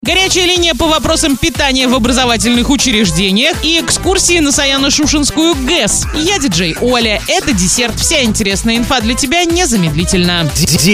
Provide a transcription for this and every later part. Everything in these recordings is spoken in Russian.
Горячая линия по вопросам питания в образовательных учреждениях и экскурсии на Саяно-Шушенскую ГЭС. Я диджей Оля. Это десерт. Вся интересная инфа для тебя незамедлительно.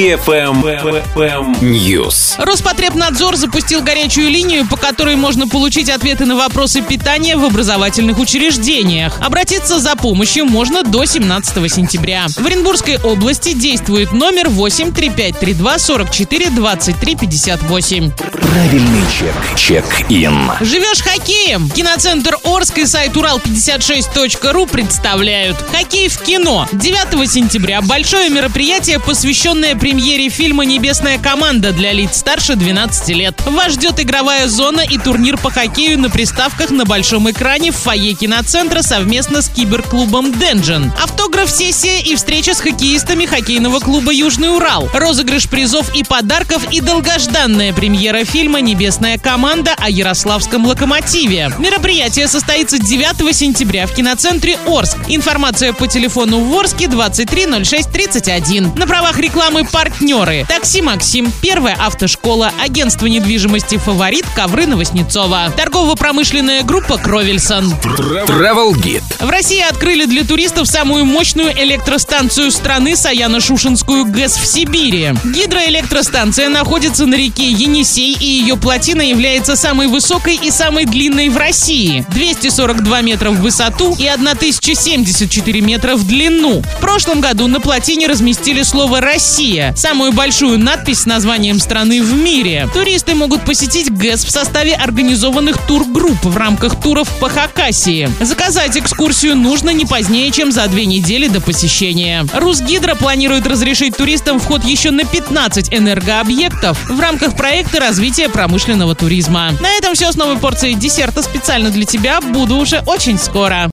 News. Роспотребнадзор запустил горячую линию, по которой можно получить ответы на вопросы питания в образовательных учреждениях. Обратиться за помощью можно до 17 сентября. В Оренбургской области действует номер 8 3532 44 23 58. Правильный чек-ин. Живешь хоккеем? Киноцентр Орск и сайт Урал56.ру представляют «Хоккей в кино». 9 сентября большое мероприятие, посвященное премьере фильма «Небесная команда» для лиц старше 12 лет. Вас ждет игровая зона и турнир по хоккею на приставках на большом экране в фойе киноцентра совместно с киберклубом Денджин. Автограф-сессия и встреча с хоккеистами хоккейного клуба «Южный Урал». Розыгрыш призов и подарков и долгожданная премьера фильма «Небесная команда» о ярославском «Локомотиве». Мероприятие состоится 9 сентября в киноцентре Орск. Информация по телефону в Орске 23 06 31. На правах рекламы партнеры: Такси Максим, Первая автошкола, агентство недвижимости «Фаворит», ковры Новоснецова, торгово-промышленная группа «Кровельсон». Travel Guide. В России открыли для туристов самую мощную электростанцию страны — Саяно-Шушенскую ГЭС в Сибири. Гидроэлектростанция находится на реке Енисей, и ее плотина является самой высокой и самой длинной в России — 242 метра в высоту и 1074 метра в длину. В прошлом году на плотине разместили слово «Россия» — самую большую надпись с названием страны в мире. Туристы могут посетить ГЭС в составе организованных тургрупп в рамках туров по Хакасии. Заказать экскурсию нужно не позднее, чем за 2 недели до посещения. Русгидро планирует разрешить туристам вход еще на 15 энергообъектов в рамках проекта развития промышленного туризма. На этом все с новой порцией десерта специально для тебя. Буду уже очень скоро.